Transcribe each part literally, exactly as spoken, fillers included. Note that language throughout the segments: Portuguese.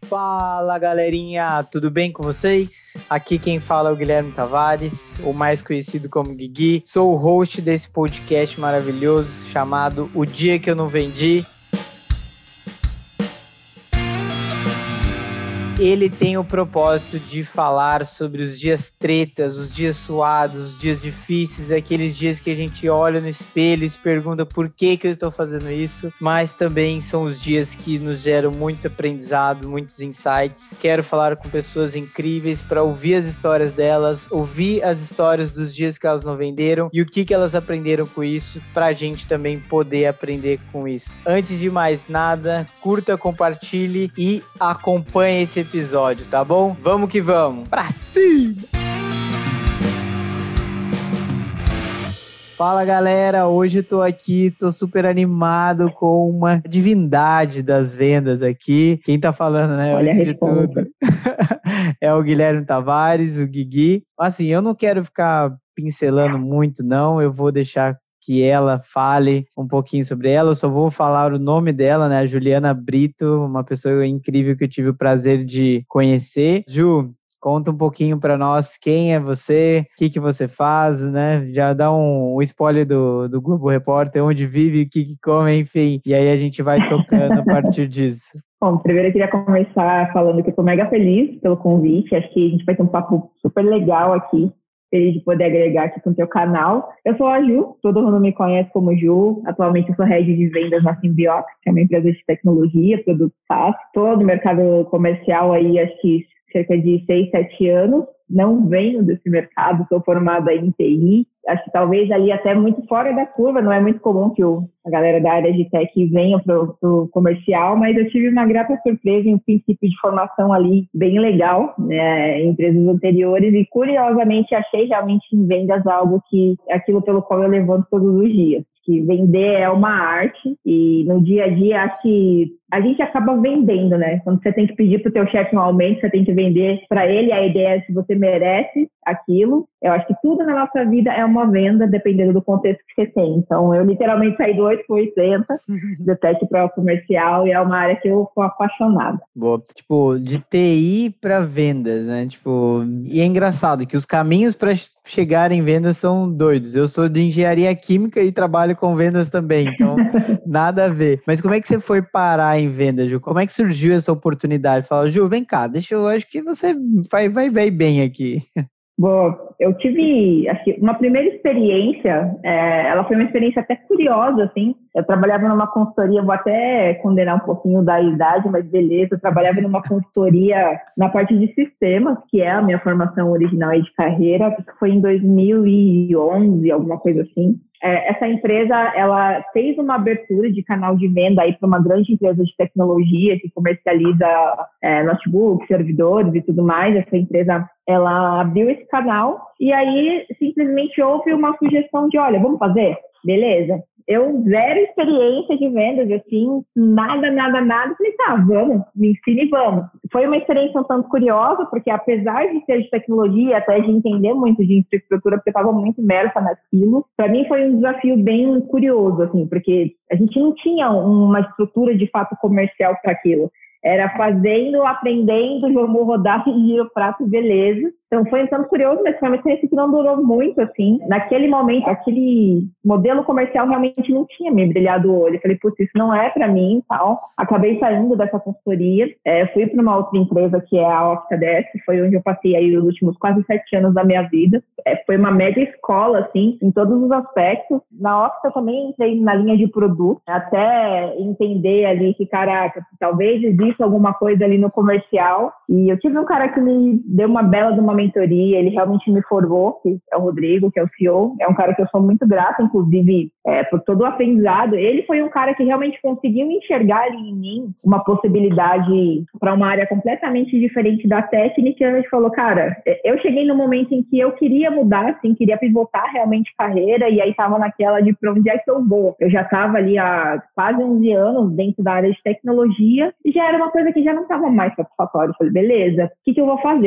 Fala galerinha, tudo bem com vocês? Aqui quem fala é o Guilherme Tavares, ou mais conhecido como Guigui. Sou o host desse podcast maravilhoso chamado O Dia Que Eu Não Vendi. Ele tem o propósito de falar sobre os dias tretas, os dias suados, os dias difíceis, aqueles dias que a gente olha no espelho e se pergunta por que que eu estou fazendo isso, mas também são os dias que nos geram muito aprendizado, muitos insights. Quero falar com pessoas incríveis para ouvir as histórias delas, ouvir as histórias dos dias que elas não venderam e o que que elas aprenderam com isso, para a gente também poder aprender com isso. Antes de mais nada, curta, compartilhe e acompanhe esse episódio. episódio, tá bom? Vamos que vamos! Pra cima! Fala galera, hoje eu tô aqui, tô super animado com uma divindade das vendas aqui. Quem tá falando, né? Olha Antes de tudo, é o Guilherme Tavares, o Guigui. Assim, eu não quero ficar pincelando muito, não, eu vou deixar que ela fale um pouquinho sobre ela. Eu só vou falar o nome dela, né? A Juliana Brito, uma pessoa incrível que eu tive o prazer de conhecer. Ju, conta um pouquinho para nós quem é você, o que que você faz, né? Já dá um, um spoiler do, do Globo Repórter, onde vive, o que que come, enfim. E aí a gente vai tocando a partir disso. Bom, primeiro eu queria começar falando que eu estou mega feliz pelo convite. Acho que a gente vai ter um papo super legal aqui. Feliz de poder agregar aqui com o teu canal. Eu sou a Ju, todo mundo me conhece como Ju. Atualmente eu sou head de vendas na Symbiox, que é uma empresa de tecnologia, produto SaaS. Estou no mercado comercial aí, acho que cerca de seis, sete anos. Não venho desse mercado, sou formada em T I. Acho que talvez ali até muito fora da curva, não é muito comum que o, a galera da área de tech venha para o comercial, mas eu tive uma grata surpresa em um princípio de formação ali bem legal, né, em empresas anteriores, e curiosamente achei realmente em vendas algo que é aquilo pelo qual eu levanto todos os dias. Que vender é uma arte e no dia a dia acho que a gente acaba vendendo, né? Quando você tem que pedir para o teu chefe um aumento, você tem que vender para ele a ideia de se você merece aquilo. Eu acho que tudo na nossa vida é uma venda, dependendo do contexto que você tem. Então, eu literalmente saí do oito por oitenta, do tech para o comercial, e é uma área que eu sou apaixonada. Boa. Tipo, de T I para vendas, né? Tipo, e é engraçado que os caminhos para chegar em vendas são doidos. Eu sou de engenharia química e trabalho com vendas também, então nada a ver. Mas como é que você foi parar em vendas, Ju? Como é que surgiu essa oportunidade? Fala, Ju, vem cá, deixa eu, acho que você vai, vai, vai bem aqui. Bom, eu tive, acho que uma primeira experiência, é, ela foi uma experiência até curiosa, assim. Eu trabalhava numa consultoria, vou até condenar um pouquinho da idade, mas beleza. Eu trabalhava numa consultoria na parte de sistemas, que é a minha formação original aí de carreira, que foi em dois mil e onze, alguma coisa assim. É, essa empresa, ela fez uma abertura de canal de venda aí para uma grande empresa de tecnologia que comercializa é, notebooks, servidores e tudo mais. Essa empresa, ela abriu esse canal e aí simplesmente houve uma sugestão de, olha, vamos fazer? Beleza. Eu zero experiência de vendas, assim, nada, nada, nada. Falei, tá, vamos, me ensine e vamos. Foi uma experiência um tanto curiosa, porque apesar de ser de tecnologia, até de entender muito de infraestrutura, porque eu estava muito imersa naquilo, para mim foi um desafio bem curioso, assim, porque a gente não tinha uma estrutura de fato comercial para aquilo. Era fazendo, aprendendo, vamos rodar e giro o prato, beleza. Então foi um tanto curioso, mas foi uma experiência que não durou muito, assim. Naquele momento, aquele modelo comercial realmente não tinha me brilhado o olho. Eu falei, putz, isso não é para mim e tal. Acabei saindo dessa consultoria, é, fui para uma outra empresa que é a Octadesk, foi onde eu passei aí os últimos quase sete anos da minha vida. É, foi uma mega escola, assim, em todos os aspectos. Na Octa eu também entrei na linha de produto, até entender ali que, caraca, talvez exista alguma coisa ali no comercial. E eu tive um cara que me deu uma bela de uma mentoria, ele realmente me formou, que é o Rodrigo, que é o C E O, é um cara que eu sou muito grata, inclusive, é, por todo o aprendizado. Ele foi um cara que realmente conseguiu enxergar ali em mim uma possibilidade para uma área completamente diferente da técnica, e a gente falou, cara, eu cheguei no momento em que eu queria mudar, assim, queria pivotar realmente carreira, e aí estava naquela de para onde é que eu vou. Eu já estava ali há quase onze anos dentro da área de tecnologia, e já era uma coisa que já não estava mais satisfatória. Eu falei, beleza, o que, que eu vou fazer?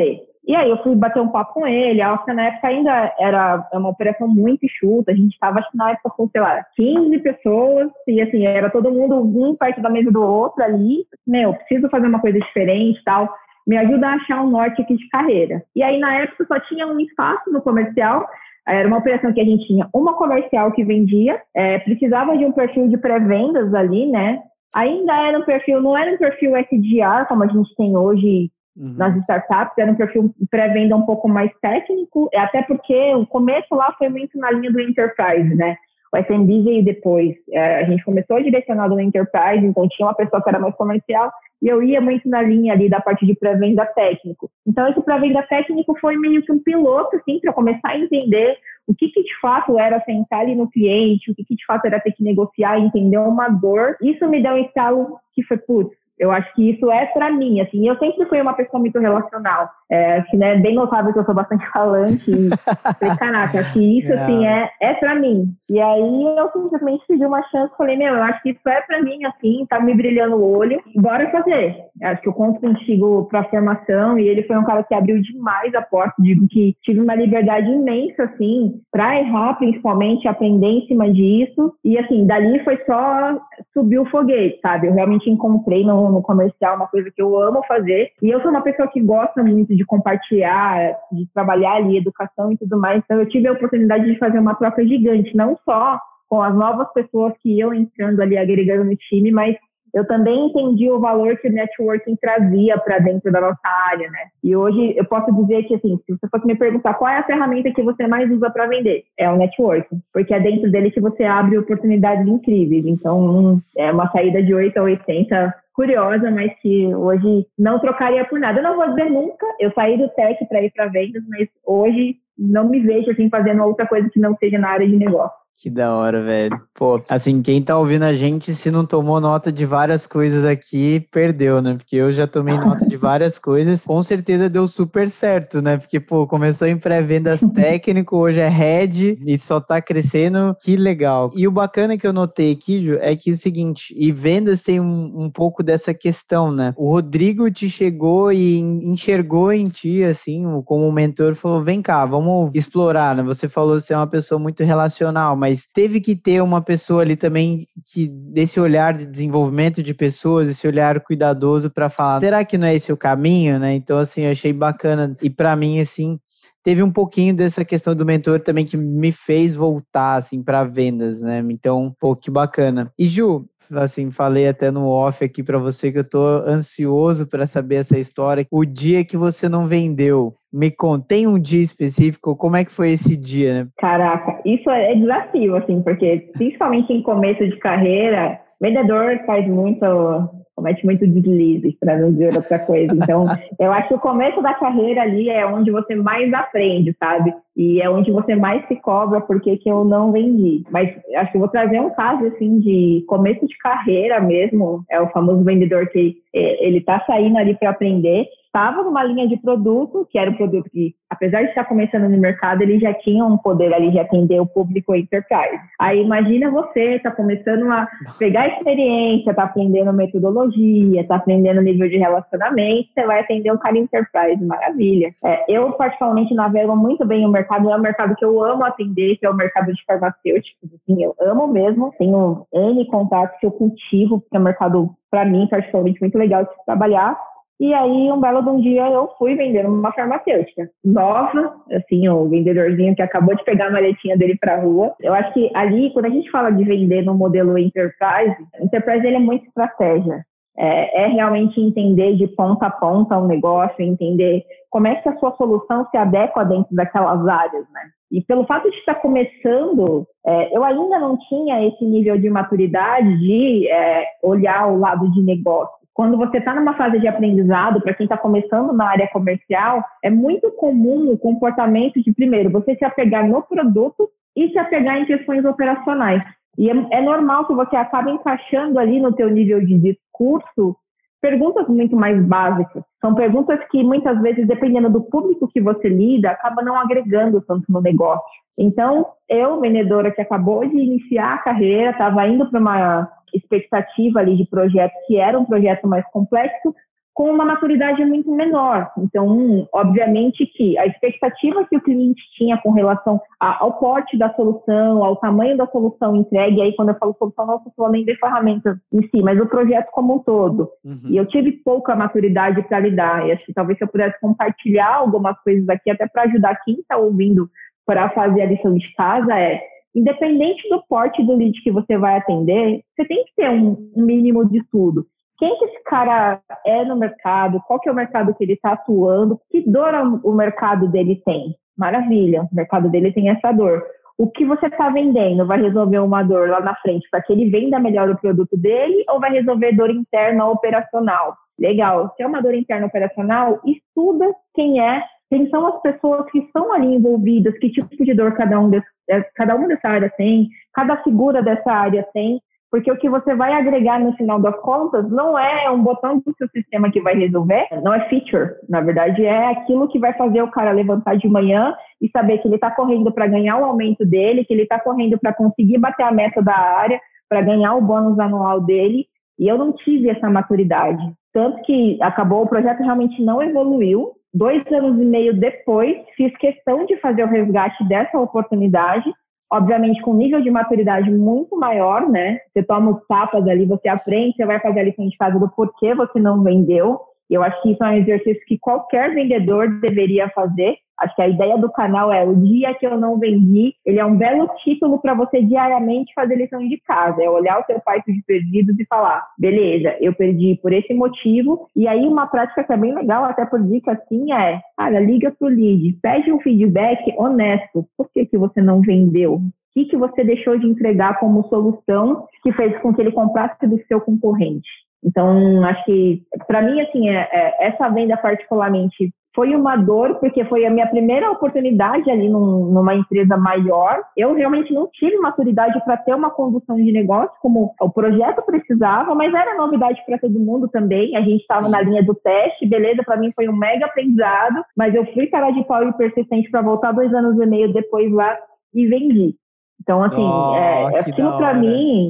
E aí eu fui bater um papo com ele, a Oscar na época ainda era uma operação muito enxuta, a gente estava, acho que na época com, sei lá, quinze pessoas, e assim, era todo mundo um perto da mesa do outro ali, meu, preciso fazer uma coisa diferente e tal, me ajuda a achar um norte aqui de carreira. E aí na época só tinha um espaço no comercial, era uma operação que a gente tinha uma comercial que vendia, é, precisava de um perfil de pré-vendas ali, né? Ainda era um perfil, não era um perfil S D R como a gente tem hoje uhum. nas startups, era um perfil pré-venda um pouco mais técnico, até porque o começo lá foi muito na linha do enterprise, né? O S M B veio depois, é, a gente começou direcionado no enterprise, então tinha uma pessoa que era mais comercial, e eu ia muito na linha ali da parte de pré-venda técnico. Então, esse pré-venda técnico foi meio que um piloto, assim, para começar a entender o que, que de fato era sentar ali no cliente, o que, que de fato era ter que negociar, entender uma dor. Isso me deu um estalo que foi, putz, eu acho que isso é para mim, assim, eu sempre fui uma pessoa muito relacional, é, assim, né, bem notável que eu sou bastante falante, e falei, caraca, acho que isso, assim, é, é para mim. E aí eu simplesmente pedi uma chance, falei, meu, eu acho que isso é para mim, assim, tá me brilhando o olho, bora fazer. Acho que eu conto contigo pra formação, e ele foi um cara que abriu demais a porta, digo que tive uma liberdade imensa, assim, pra errar, principalmente, aprender em cima disso, e assim, dali foi só subir o foguete, sabe? Eu realmente encontrei no no comercial, uma coisa que eu amo fazer, e eu sou uma pessoa que gosta muito de compartilhar, de trabalhar ali, educação e tudo mais, então eu tive a oportunidade de fazer uma troca gigante, não só com as novas pessoas que iam entrando ali, agregando no time, mas eu também entendi o valor que o networking trazia para dentro da nossa área, né? E hoje eu posso dizer que, assim, se você fosse me perguntar qual é a ferramenta que você mais usa para vender, é o networking, porque é dentro dele que você abre oportunidades incríveis. Então, é uma saída de oito a oitenta curiosa, mas que hoje não trocaria por nada. Eu não vou dizer nunca, eu saí do tech para ir para vendas, mas hoje não me vejo assim fazendo outra coisa que não seja na área de negócio. Que da hora, velho. Pô, assim, quem tá ouvindo a gente, se não tomou nota de várias coisas aqui, perdeu, né? Porque eu já tomei nota de várias coisas. Com certeza deu super certo, né? Porque, pô, começou em pré-vendas técnico, hoje é head e só tá crescendo. Que legal. E o bacana que eu notei aqui, Ju, é que é o seguinte, e vendas tem um, um pouco dessa questão, né? O Rodrigo te chegou e enxergou em ti, assim, como mentor, falou, vem cá, vamos explorar, né? Você falou que você é uma pessoa muito relacional, mas teve que ter uma pessoa ali também que desse olhar de desenvolvimento de pessoas, esse olhar cuidadoso para falar, será que não é esse o caminho, né? Então, assim, eu achei bacana. E para mim, assim, teve um pouquinho dessa questão do mentor também que me fez voltar, assim, para vendas, né? Então, pô, que bacana. E Ju, assim, falei até no off aqui para você que eu tô ansioso para saber essa história. O dia que você não vendeu, me conta, tem um dia específico? Como é que foi esse dia, né? Caraca, isso é desafio, assim, porque principalmente em começo de carreira, vendedor faz muito, comete muito deslize, para não dizer outra coisa. Então, eu acho que o começo da carreira ali é onde você mais aprende, sabe? E é onde você mais se cobra porque que eu não vendi. Mas acho que eu vou trazer um caso, assim, de começo de carreira mesmo. É o famoso vendedor que ele tá saindo ali para aprender. Estava numa linha de produto, que era um produto que, apesar de estar começando no mercado, ele já tinha um poder ali de atender o público enterprise. Aí imagina você, está começando a pegar experiência, está aprendendo metodologia, está aprendendo nível de relacionamento, você vai atender um cara enterprise, maravilha. É, eu, particularmente, navego muito bem o mercado, é um mercado que eu amo atender, que é o mercado de farmacêuticos, assim, eu amo mesmo, tenho N contatos que eu cultivo, porque é um mercado, para mim, particularmente, muito legal de se trabalhar. E aí, um belo de um dia, eu fui vendendo uma farmacêutica nova, assim, o vendedorzinho que acabou de pegar a maletinha dele para a rua. Eu acho que ali, quando a gente fala de vender no modelo enterprise, enterprise ele é muito estratégia. É, é realmente entender de ponta a ponta um negócio, entender como é que a sua solução se adequa dentro daquelas áreas, né? E pelo fato de estar começando, é, eu ainda não tinha esse nível de maturidade de é, olhar o lado de negócio. Quando você está numa fase de aprendizado, para quem está começando na área comercial, é muito comum o comportamento de, primeiro, você se apegar no produto e se apegar em questões operacionais. E é, é normal que você acabe encaixando ali no teu nível de discurso perguntas muito mais básicas. São perguntas que, muitas vezes, dependendo do público que você lida, acaba não agregando tanto no negócio. Então, eu, vendedora que acabou de iniciar a carreira, estava indo para uma expectativa ali de projeto que era um projeto mais complexo, com uma maturidade muito menor. Então, obviamente que a expectativa que o cliente tinha com relação a, ao porte da solução, ao tamanho da solução entregue, aí quando eu falo solução, não estou falando nem de ferramentas em si, mas o projeto como um todo. Uhum. E eu tive pouca maturidade para lidar, e acho que talvez se eu pudesse compartilhar algumas coisas aqui, até para ajudar quem está ouvindo para fazer a lição de casa, é, independente do porte do lead que você vai atender, você tem que ter um, um mínimo de tudo. Quem que esse cara é no mercado? Qual que é o mercado que ele está atuando? Que dor o mercado dele tem? Maravilha, o mercado dele tem essa dor. O que você está vendendo vai resolver uma dor lá na frente para que ele venda melhor o produto dele ou vai resolver dor interna operacional? Legal, se é uma dor interna operacional, estuda quem é, quem são as pessoas que estão ali envolvidas, que tipo de dor cada, um desse, cada uma dessa área tem, cada figura dessa área tem. Porque o que você vai agregar no final das contas não é um botão do seu sistema que vai resolver, não é feature. Na verdade, é aquilo que vai fazer o cara levantar de manhã e saber que ele está correndo para ganhar o aumento dele, que ele está correndo para conseguir bater a meta da área, para ganhar o bônus anual dele. E eu não tive essa maturidade. Tanto que acabou, o projeto realmente não evoluiu. Dois anos e meio depois, fiz questão de fazer o resgate dessa oportunidade, obviamente com um nível de maturidade muito maior, né? Você toma os tapas ali, você aprende, você vai fazer a lição de casa do porquê você não vendeu. Eu acho que isso é um exercício que qualquer vendedor deveria fazer. Acho que a ideia do canal é o dia que eu não vendi, ele é um belo título para você diariamente fazer lição de casa. É olhar o seu pipe de perdidos e falar, beleza, eu perdi por esse motivo. E aí uma prática que é bem legal, até por dica assim, é, cara, liga pro lead, pede um feedback honesto. Por que que você não vendeu? O que que você deixou de entregar como solução que fez com que ele comprasse do seu concorrente? Então, acho que, para mim, assim, é, é, essa venda particularmente foi uma dor, porque foi a minha primeira oportunidade ali num, numa empresa maior. Eu realmente não tive maturidade para ter uma condução de negócio, como o projeto precisava, mas era novidade para todo mundo também. A gente estava na linha do teste, beleza, para mim foi um mega aprendizado, mas eu fui cara de pau e persistente para voltar dois anos e meio depois lá e vendi. Então, assim, oh, é, aquilo para mim...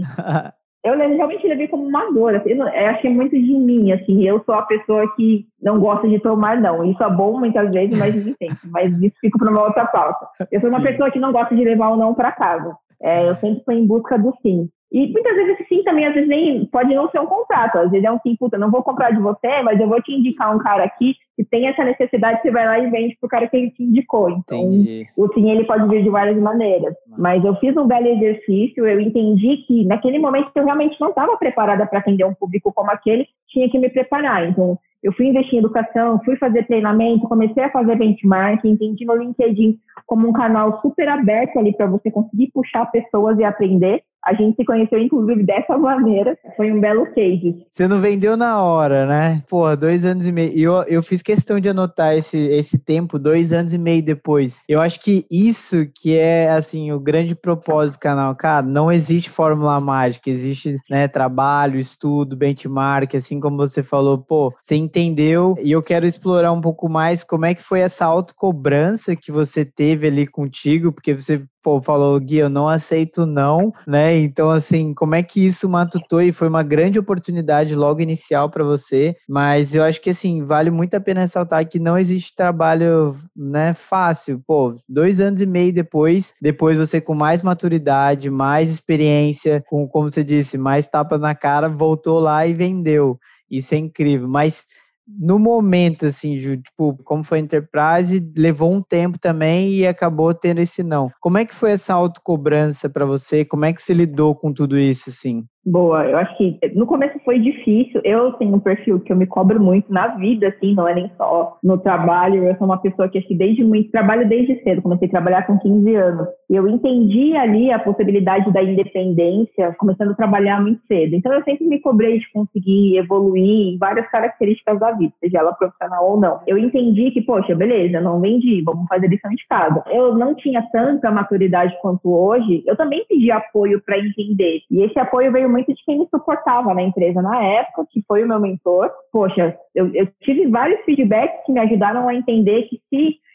Eu realmente levei como uma dor, assim, eu achei muito de mim, assim, eu sou a pessoa que não gosta de tomar não, isso é bom muitas vezes, mas enfim, mas isso fica para uma outra pauta. Eu sou uma sim. pessoa que não gosta de levar o não para casa, é, eu sempre estou em busca do sim. E muitas vezes esse sim também, às vezes nem, pode não ser um contrato, às vezes é um sim, puta, não vou comprar de você, mas eu vou te indicar um cara aqui que tem essa necessidade, você vai lá e vende pro cara que ele te indicou. Então, entendi. O sim, ele pode vir de várias maneiras. Nossa. Mas eu fiz um belo exercício, eu entendi que naquele momento eu realmente não estava preparada para atender um público como aquele, tinha que me preparar. Então, eu fui investir em educação, fui fazer treinamento, comecei a fazer benchmark, entendi no LinkedIn como um canal super aberto ali para você conseguir puxar pessoas e aprender. A gente se conheceu, inclusive, dessa maneira. Foi um belo case. Você não vendeu na hora, né? Porra, dois anos e meio. E eu, eu fiz questão de anotar esse, esse tempo, dois anos e meio depois. Eu acho que isso que é, assim, o grande propósito do canal. Cara, não existe fórmula mágica. Existe, né, trabalho, estudo, benchmark, assim como você falou. Pô, você entendeu. E eu quero explorar um pouco mais como é que foi essa autocobrança que você teve ali contigo, porque você... Pô, falou, Gui, eu não aceito não, né? Então, assim, como é que isso matutou? E foi uma grande oportunidade logo inicial para você, mas eu acho que, assim, vale muito a pena ressaltar que não existe trabalho, né, fácil. Pô, dois anos e meio depois, depois você com mais maturidade, mais experiência, com, como você disse, mais tapa na cara, voltou lá e vendeu. Isso é incrível, mas... No momento, assim, Ju, tipo, como foi a Enterprise, levou um tempo também e acabou tendo esse não. Como é que foi essa autocobrança para você? Como é que você lidou com tudo isso, assim? Boa, eu acho que no começo foi difícil. Eu tenho um perfil que eu me cobro muito na vida, assim, não é nem só no trabalho. Eu sou uma pessoa que, assim, desde muito, trabalho desde cedo, comecei a trabalhar com quinze anos. E eu entendi ali a possibilidade da independência, começando a trabalhar muito cedo. Então eu sempre me cobrei de conseguir evoluir em várias características da vida, seja ela profissional ou não. Eu entendi que, poxa, beleza, não vendi, vamos fazer lição de casa. Eu não tinha tanta maturidade quanto hoje, eu também pedi apoio para entender. E esse apoio veio muito de quem me suportava na empresa na época, que foi o meu mentor. Poxa, eu, eu tive vários feedbacks que me ajudaram a entender que se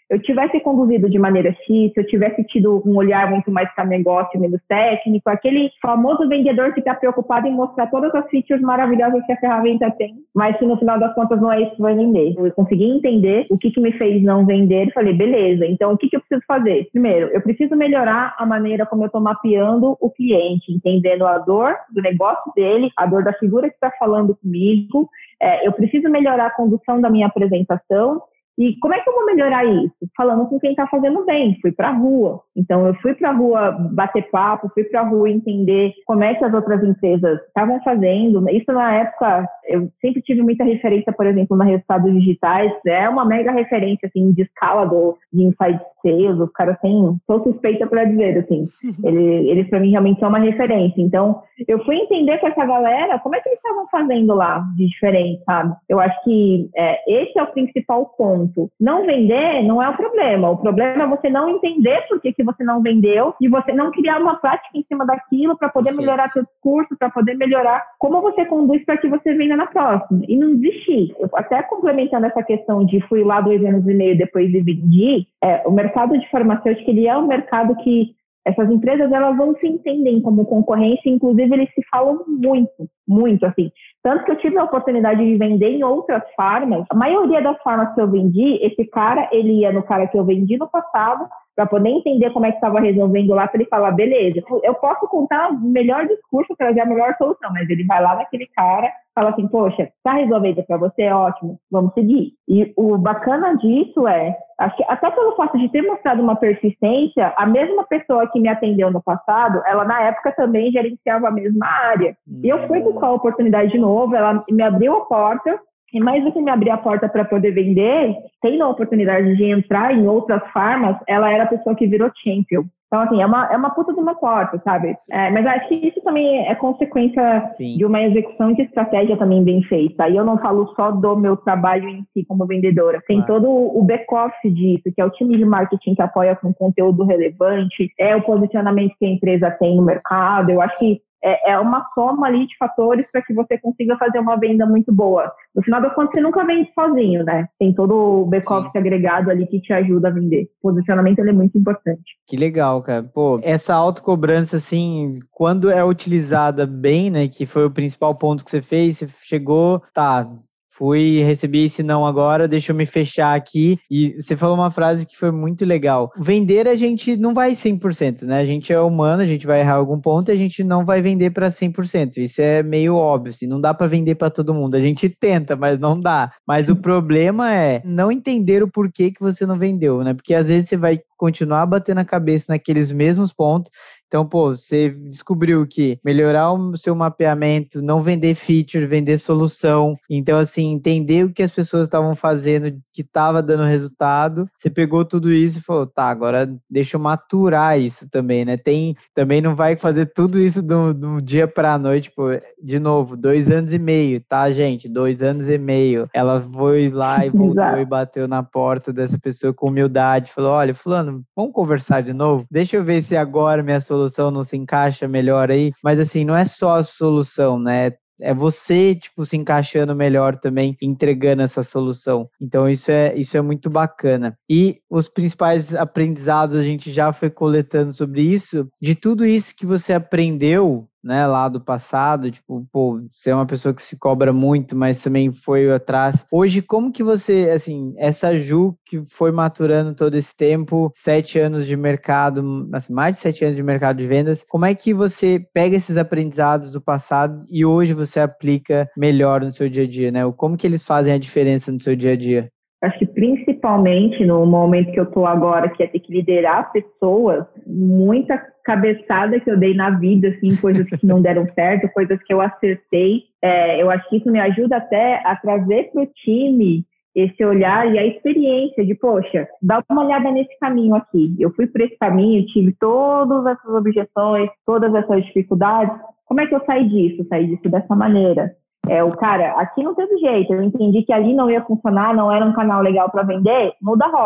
eu tivesse conduzido de maneira X, se eu tivesse tido um olhar muito mais para negócio, menos técnico, aquele famoso vendedor que está preocupado em mostrar todas as features maravilhosas que a ferramenta tem, mas que no final das contas não é isso que vai vender. Eu consegui entender o que, que me fez não vender e falei, beleza, então o que, que eu preciso fazer? Primeiro, eu preciso melhorar a maneira como eu estou mapeando o cliente, entendendo a dor do negócio dele, a dor da figura que está falando comigo. É, eu preciso melhorar a condução da minha apresentação. E como é que eu vou melhorar isso? Falando com quem está fazendo bem. Fui para a rua. Então, eu fui para a rua bater papo, fui para a rua entender como é que as outras empresas estavam fazendo. Isso, na época, eu sempre tive muita referência, por exemplo, na Resultados Digitais. É uma mega referência, assim, de escala do, de inside sales. Os caras têm... Sou suspeita para dizer, assim. Eles, eles para mim, realmente são uma referência. Então, eu fui entender com essa galera como é que eles estavam fazendo lá de diferente, sabe? Eu acho que é, esse é o principal ponto. Não vender não é o problema. O problema é você não entender por que, que você não vendeu e você não criar uma prática em cima daquilo para poder melhorar seu discurso, para poder melhorar como você conduz para que você venda na próxima. E não desistir. Eu, até complementando essa questão de fui lá dois anos e meio depois de vendi, é, o mercado de farmacêutica, ele é um mercado que essas empresas, elas não se entendem como concorrência, inclusive eles se falam muito, muito, assim. Tanto que eu tive a oportunidade de vender em outras farmas. A maioria das farmas que eu vendi, esse cara, ele ia no cara que eu vendi no passado, para poder entender como é que estava resolvendo lá, para ele falar, beleza, eu posso contar o melhor discurso, trazer a melhor solução, mas ele vai lá naquele cara, fala assim, poxa, tá resolvido para você? Ótimo, vamos seguir. E o bacana disso é, acho que até pelo fato de ter mostrado uma persistência, a mesma pessoa que me atendeu no passado, ela na época também gerenciava a mesma área. Hum. E eu fui buscar a oportunidade de novo, ela me abriu a porta, e mais do que me abrir a porta para poder vender, tendo a oportunidade de entrar em outras farmas, ela era a pessoa que virou champion. Então, assim, é uma, é uma puta de uma porta, sabe? É, mas acho que isso também é consequência Sim. de uma execução de estratégia também bem feita. Aí eu não falo só do meu trabalho em si como vendedora. Tem claro. todo o back-office disso, que é o time de marketing que apoia com conteúdo relevante, é o posicionamento que a empresa tem no mercado. Eu acho que É, é uma soma ali de fatores para que você consiga fazer uma venda muito boa. No final das contas, você nunca vende sozinho, né? Tem todo o back-office agregado ali que te ajuda a vender. O posicionamento ele é muito importante. Que legal, cara. Pô, essa autocobrança, assim, quando é utilizada bem, né? Que foi o principal ponto que você fez, você chegou, tá... Fui, recebi esse não agora, deixa eu me fechar aqui. E você falou uma frase que foi muito legal. Vender a gente não vai cem por cento, né? A gente é humano, a gente vai errar algum ponto e a gente não vai vender para cem por cento. Isso é meio óbvio, assim, não dá para vender para todo mundo. A gente tenta, mas não dá. Mas o problema é não entender o porquê que você não vendeu, né? Porque às vezes você vai continuar batendo a cabeça naqueles mesmos pontos. Então, pô, você descobriu que melhorar o seu mapeamento, não vender feature, vender solução. Então, assim, entender o que as pessoas estavam fazendo, que estava dando resultado. Você pegou tudo isso e falou, tá, agora deixa eu maturar isso também, né? Tem, também não vai fazer tudo isso do, do dia para a noite, pô. De novo, dois anos e meio, tá, gente? Dois anos e meio. Ela foi lá e voltou Exato. E bateu na porta dessa pessoa com humildade. Falou, olha, fulano, vamos conversar de novo? Deixa eu ver se agora minha solução solução não se encaixa melhor aí, mas assim, não é só a solução, né? É você, tipo, se encaixando melhor também, entregando essa solução. Então, isso é, isso é muito bacana. E os principais aprendizados a gente já foi coletando sobre isso. De tudo isso que você aprendeu, né, lá do passado, tipo, pô, você é uma pessoa que se cobra muito, mas também foi atrás. Hoje, como que você, assim, essa Ju que foi maturando todo esse tempo, sete anos de mercado, assim, mais de sete anos de mercado de vendas, como é que você pega esses aprendizados do passado e hoje você aplica melhor no seu dia a dia, né? Como que eles fazem a diferença no seu dia a dia? Acho que principalmente no momento que eu estou agora, que é ter que liderar pessoas, muita cabeçada que eu dei na vida, assim, coisas que não deram certo, coisas que eu acertei. É, eu acho que isso me ajuda até a trazer para o time esse olhar e a experiência de, poxa, dá uma olhada nesse caminho aqui. Eu fui por esse caminho, tive todas essas objeções, todas essas dificuldades. Como é que eu saí disso? Saí disso dessa maneira. É, o cara, aqui não teve jeito, eu entendi que ali não ia funcionar, não era um canal legal para vender, muda a rota.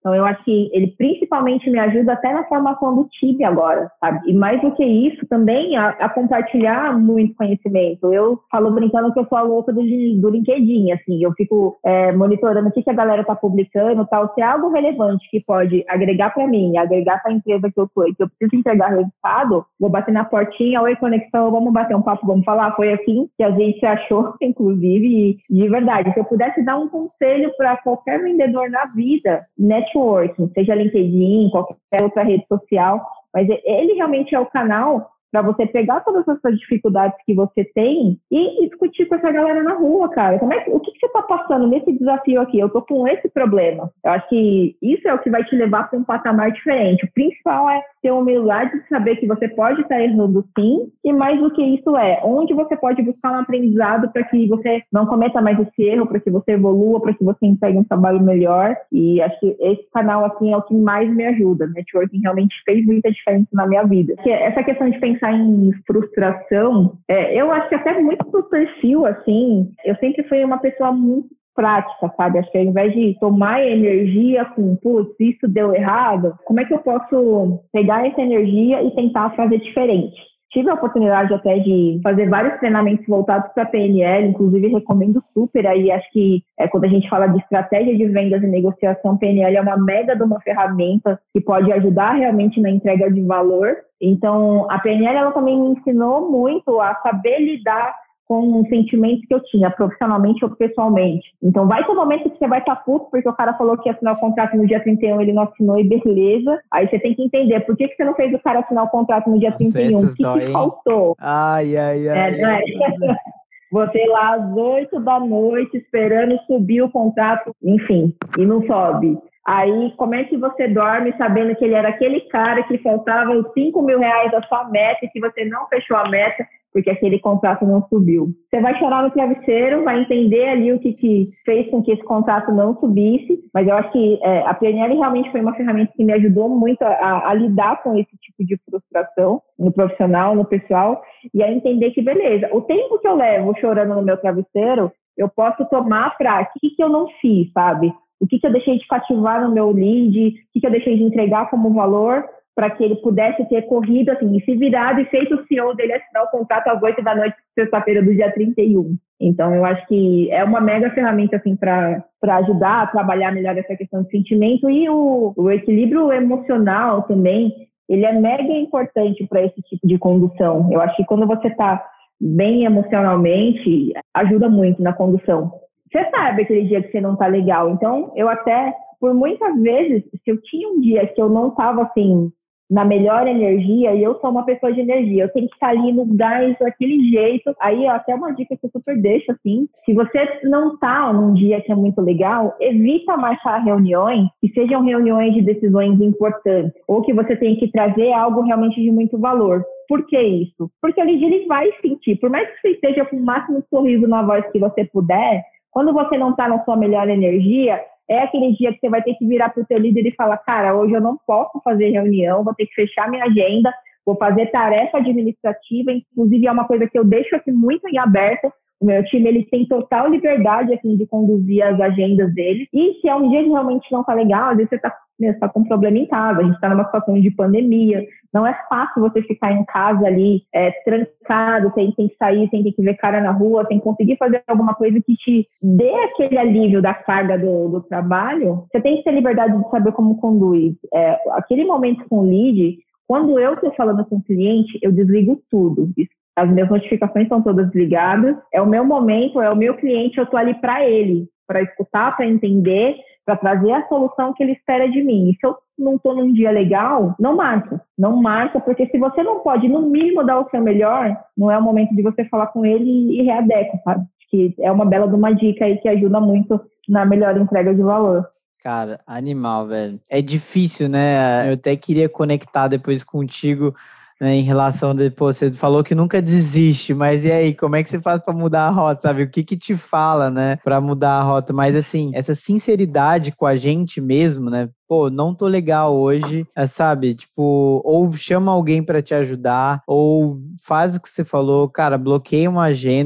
Então, eu acho que ele principalmente me ajuda até na formação do time agora, sabe? E mais do que isso, também a, a compartilhar muito conhecimento. Eu falo brincando que eu sou a louca do, do LinkedIn, assim, eu fico é, monitorando o que, que a galera está publicando, tal. Se é algo relevante que pode agregar para mim, agregar para a empresa que eu tô, que eu preciso entregar resultado, vou bater na portinha, oi, conexão, vamos bater um papo, vamos falar. Foi assim que a gente achou, inclusive, e de verdade, se eu pudesse dar um conselho para qualquer vendedor na vida, networking, seja LinkedIn, qualquer outra rede social, mas ele realmente é o canal para você pegar todas essas dificuldades que você tem e discutir com essa galera na rua, cara. Como é que, o que, que você está passando nesse desafio aqui? Eu tô com esse problema. Eu acho que isso é o que vai te levar para um patamar diferente. O principal é ter a humildade de saber que você pode estar errando sim, e mais do que isso é, onde você pode buscar um aprendizado para que você não cometa mais esse erro, para que você evolua, para que você entregue um trabalho melhor. E acho que esse canal, assim, é o que mais me ajuda. Networking realmente fez muita diferença na minha vida. Porque essa questão de pensar em frustração, é, eu acho que até muito do perfil, assim, eu sempre fui uma pessoa muito prática, sabe? Acho que ao invés de tomar energia com, putz, isso deu errado, como é que eu posso pegar essa energia e tentar fazer diferente? Tive a oportunidade até de fazer vários treinamentos voltados para P N L, inclusive recomendo super aí, acho que é, quando a gente fala de estratégia de vendas e negociação, P N L é uma mega de uma ferramenta que pode ajudar realmente na entrega de valor. Então, a P N L ela também me ensinou muito a saber lidar com os sentimentos que eu tinha, profissionalmente ou pessoalmente. Então, vai ter um momento que você vai estar puto, porque o cara falou que ia assinar o contrato no dia trinta e um, ele não assinou e beleza. Aí você tem que entender, por que, que você não fez o cara assinar o contrato no dia trinta e um? O que, que faltou? Ai, ai, ai. É, é. Você lá às oito da noite, esperando subir o contrato, enfim, e não sobe. Aí, como é que você dorme sabendo que ele era aquele cara que faltava os cinco mil reais da sua meta e que você não fechou a meta porque aquele contrato não subiu? Você vai chorar no travesseiro, vai entender ali o que, que fez com que esse contrato não subisse, mas eu acho que é, a P N L realmente foi uma ferramenta que me ajudou muito a, a lidar com esse tipo de frustração no profissional, no pessoal, e a entender que, beleza, o tempo que eu levo chorando no meu travesseiro, eu posso tomar para o que, que eu não fiz, sabe? O que, que eu deixei de cativar no meu lead, o que, que eu deixei de entregar como valor para que ele pudesse ter corrido, assim, e se virado e feito o C E O dele assinar o contrato às oito da noite, sexta-feira do dia trinta e um. Então, eu acho que é uma mega ferramenta, assim, para ajudar a trabalhar melhor essa questão de sentimento e o, o equilíbrio emocional também, ele é mega importante para esse tipo de condução. Eu acho que quando você está bem emocionalmente, ajuda muito na condução. Você sabe aquele dia que você não tá legal. Então, eu até, por muitas vezes, se eu tinha um dia que eu não tava, assim, na melhor energia, e eu sou uma pessoa de energia, eu tenho que estar ali no gás, daquele jeito. Aí, até uma dica que eu super deixo, assim, se você não tá num dia que é muito legal, evita marcar reuniões que sejam reuniões de decisões importantes, ou que você tenha que trazer algo realmente de muito valor. Por que isso? Porque o líder ele vai sentir, por mais que você esteja com o máximo de sorriso na voz que você puder, quando você não está na sua melhor energia, é aquele dia que você vai ter que virar para o seu líder e falar, cara, hoje eu não posso fazer reunião, vou ter que fechar minha agenda, vou fazer tarefa administrativa, inclusive é uma coisa que eu deixo aqui muito em aberto. O meu time ele tem total liberdade assim, de conduzir as agendas dele. E se é um dia que realmente não está legal, às vezes você está tá com um problema em casa, a gente está numa situação de pandemia, não é fácil você ficar em casa ali, é, trancado, tem, tem que sair, tem que ver cara na rua, tem que conseguir fazer alguma coisa que te dê aquele alívio da carga do, do trabalho. Você tem que ter liberdade de saber como conduz. É, aquele momento com o lead, quando eu estou falando com o cliente, eu desligo tudo. As minhas notificações estão todas ligadas, é o meu momento, é o meu cliente, eu estou ali para ele, para escutar, para entender, para trazer a solução que ele espera de mim. E se eu não estou num dia legal, não marca. Não marca, porque se você não pode, no mínimo, dar o seu melhor, não é o momento de você falar com ele e readeca, sabe? Acho que é uma bela de uma dica aí que ajuda muito na melhor entrega de valor. Cara, animal, velho. É difícil, né? Eu até queria conectar depois contigo, né, em relação de, pô, você falou que nunca desiste, mas e aí, como é que você faz para mudar a rota, sabe? O que que te fala, né, para mudar a rota? Mas assim, essa sinceridade com a gente mesmo, né? Pô, não tô legal hoje, sabe? Tipo, ou chama alguém para te ajudar, ou faz o que você falou, cara, bloqueia uma agenda,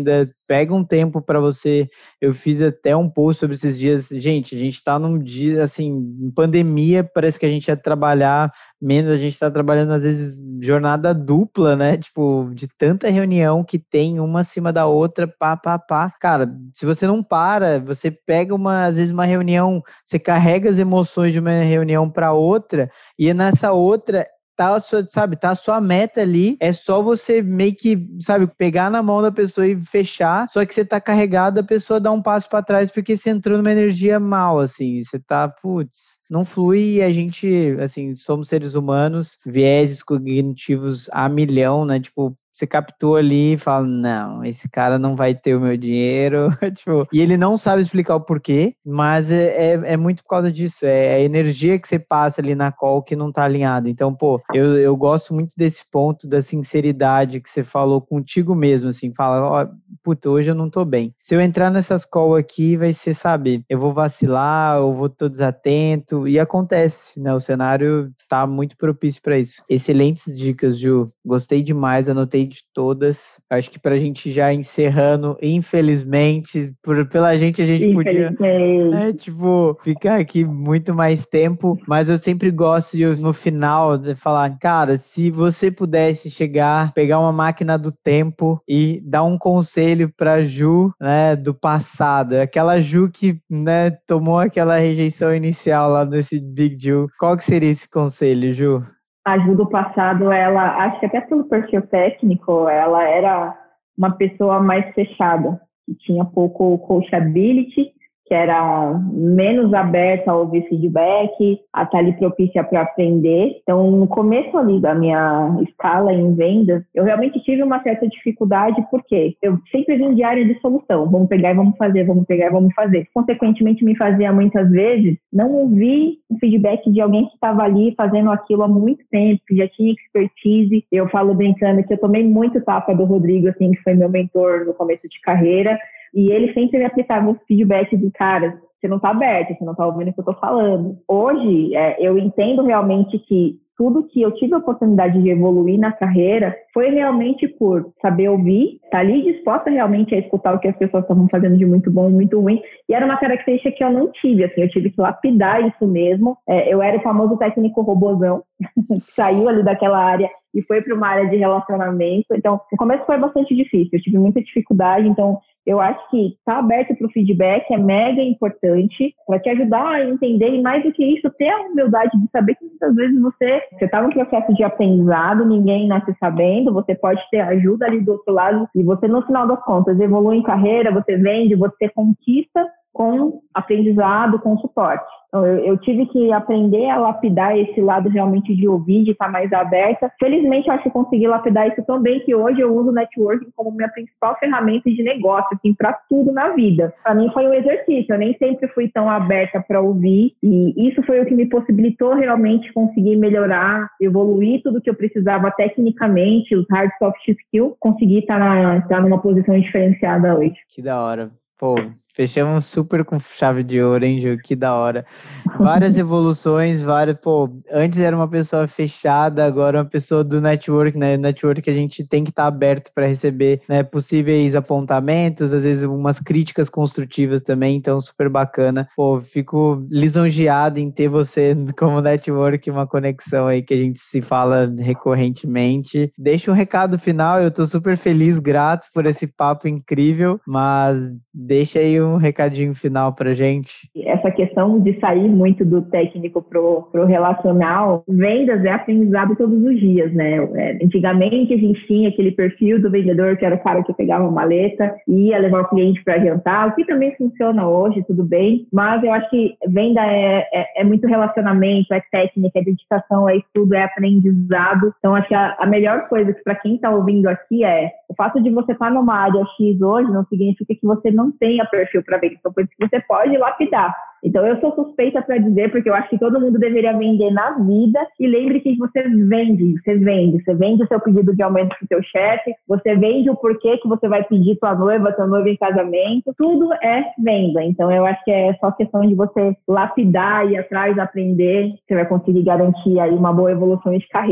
pega um tempo para você. Eu fiz até um post sobre esses dias. Gente, a gente tá num dia, assim, em pandemia, parece que a gente ia trabalhar menos, a gente tá trabalhando às vezes jornada dupla, né? Tipo, de tanta reunião que tem uma acima da outra, pá, pá, pá. Cara, se você não para, você pega uma, às vezes uma reunião, você carrega as emoções de uma reunião para outra, e nessa outra tá a sua, sabe, tá a sua meta ali, é só você meio que, sabe, pegar na mão da pessoa e fechar, só que você tá carregado, a pessoa dá um passo para trás porque você entrou numa energia mal, assim, você tá, putz, não flui e a gente, assim, somos seres humanos, vieses cognitivos a milhão, né, tipo, você captou ali e fala, não, esse cara não vai ter o meu dinheiro, tipo, e ele não sabe explicar o porquê, mas é, é, é muito por causa disso, é a energia que você passa ali na call que não tá alinhada. Então, pô, eu, eu gosto muito desse ponto da sinceridade que você falou contigo mesmo, assim, fala, ó, puta, hoje eu não tô bem. Se eu entrar nessas call aqui, vai ser, sabe, eu vou vacilar, eu vou tô desatento, e acontece, né, o cenário tá muito propício para isso. Excelentes dicas, Ju, gostei demais, anotei de todas. Acho que pra gente já encerrando, infelizmente, por, pela gente a gente podia, é, tipo, ficar aqui muito mais tempo, mas eu sempre gosto de, no final, de falar, cara, se você pudesse chegar, pegar uma máquina do tempo e dar um conselho pra Ju, né, do passado, aquela Ju que, né, tomou aquela rejeição inicial lá nesse Big Deal, qual que seria esse conselho, Ju? A Ju do passado, ela, acho que até pelo perfil técnico, ela era uma pessoa mais fechada, que tinha pouco coachability, que era menos aberta a ouvir feedback, a estar ali propícia para aprender. Então, no começo ali da minha escala em vendas, eu realmente tive uma certa dificuldade, porque eu sempre vim de área de solução. Vamos pegar e vamos fazer, vamos pegar e vamos fazer. Consequentemente, me fazia muitas vezes não ouvir o feedback de alguém que estava ali fazendo aquilo há muito tempo, que já tinha expertise. Eu falo brincando que eu tomei muito tapa do Rodrigo, assim, que foi meu mentor no começo de carreira, e ele sempre me aplicava os feedbacks do cara, você não está aberto, você não está ouvindo o que eu estou falando. Hoje, é, eu entendo realmente que tudo que eu tive a oportunidade de evoluir na carreira foi realmente por saber ouvir, estar tá ali disposta realmente a escutar o que as pessoas estavam fazendo de muito bom e muito ruim. E era uma característica que eu não tive, assim, eu tive que lapidar isso mesmo. É, eu era o famoso técnico robozão, que saiu ali daquela área e foi para uma área de relacionamento. Então, no começo foi bastante difícil, eu tive muita dificuldade, então eu acho que estar aberto para o feedback é mega importante para te ajudar a entender, e mais do que isso, ter a humildade de saber que muitas vezes você está num processo de aprendizado, ninguém nasce sabendo, você pode ter ajuda ali do outro lado, e você, no final das contas, evolui em carreira, você vende, você conquista com aprendizado, com suporte. Então, eu, eu tive que aprender a lapidar esse lado realmente de ouvir, de estar mais aberta. Felizmente, eu acho que consegui lapidar isso tão bem que hoje eu uso o networking como minha principal ferramenta de negócio, assim, para tudo na vida. Para mim foi um exercício, eu nem sempre fui tão aberta para ouvir, e isso foi o que me possibilitou realmente conseguir melhorar, evoluir tudo que eu precisava tecnicamente, os hard soft skills, conseguir estar, na, estar numa posição diferenciada hoje. Que da hora. Pô, fechamos super com chave de ouro, hein, Ju? Que da hora. Várias evoluções, várias, pô, antes era uma pessoa fechada, agora uma pessoa do network, né? Network a gente tem que estar aberto para receber, né, possíveis apontamentos, às vezes umas críticas construtivas também, então super bacana. Pô, fico lisonjeado em ter você como network, uma conexão aí que a gente se fala recorrentemente. Deixa um recado final, eu tô super feliz, grato por esse papo incrível, mas deixa aí um recadinho final pra gente. Essa questão de sair muito do técnico pro, pro relacional, vendas é aprendizado todos os dias, né? É, antigamente a gente tinha aquele perfil do vendedor que era o cara que pegava uma maleta e ia levar o cliente para jantar, o que também funciona hoje, tudo bem, mas eu acho que venda é, é, é muito relacionamento, é técnica, é dedicação, é estudo, é aprendizado. Então acho que a, a melhor coisa para quem está ouvindo aqui é o fato de você estar tá numa área X hoje não significa que você não tenha perfil para venda, são coisas que você pode lapidar. Então, eu sou suspeita para dizer, porque eu acho que todo mundo deveria vender na vida, e lembre que você vende, você vende, você vende o seu pedido de aumento para o seu chefe, você vende o porquê que você vai pedir sua noiva, seu noivo em casamento, tudo é venda. Então, eu acho que é só questão de você lapidar, ir atrás, aprender, você vai conseguir garantir aí uma boa evolução de carreira.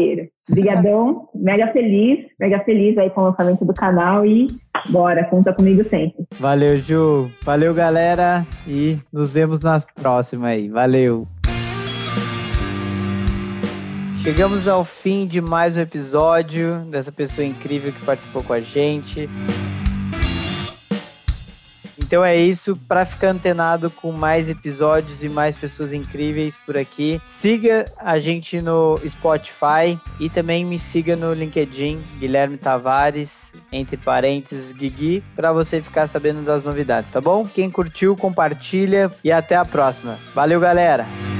Obrigadão, mega feliz, mega feliz aí com o lançamento do canal e bora, conta comigo sempre. Valeu, Ju. Valeu, galera, e nos vemos nas próximas aí. Valeu. Chegamos ao fim de mais um episódio dessa pessoa incrível que participou com a gente. Então é isso, para ficar antenado com mais episódios e mais pessoas incríveis por aqui, siga a gente no Spotify e também me siga no LinkedIn, Guilherme Tavares, entre parênteses, Guigui, para você ficar sabendo das novidades, tá bom? Quem curtiu, compartilha e até a próxima. Valeu, galera!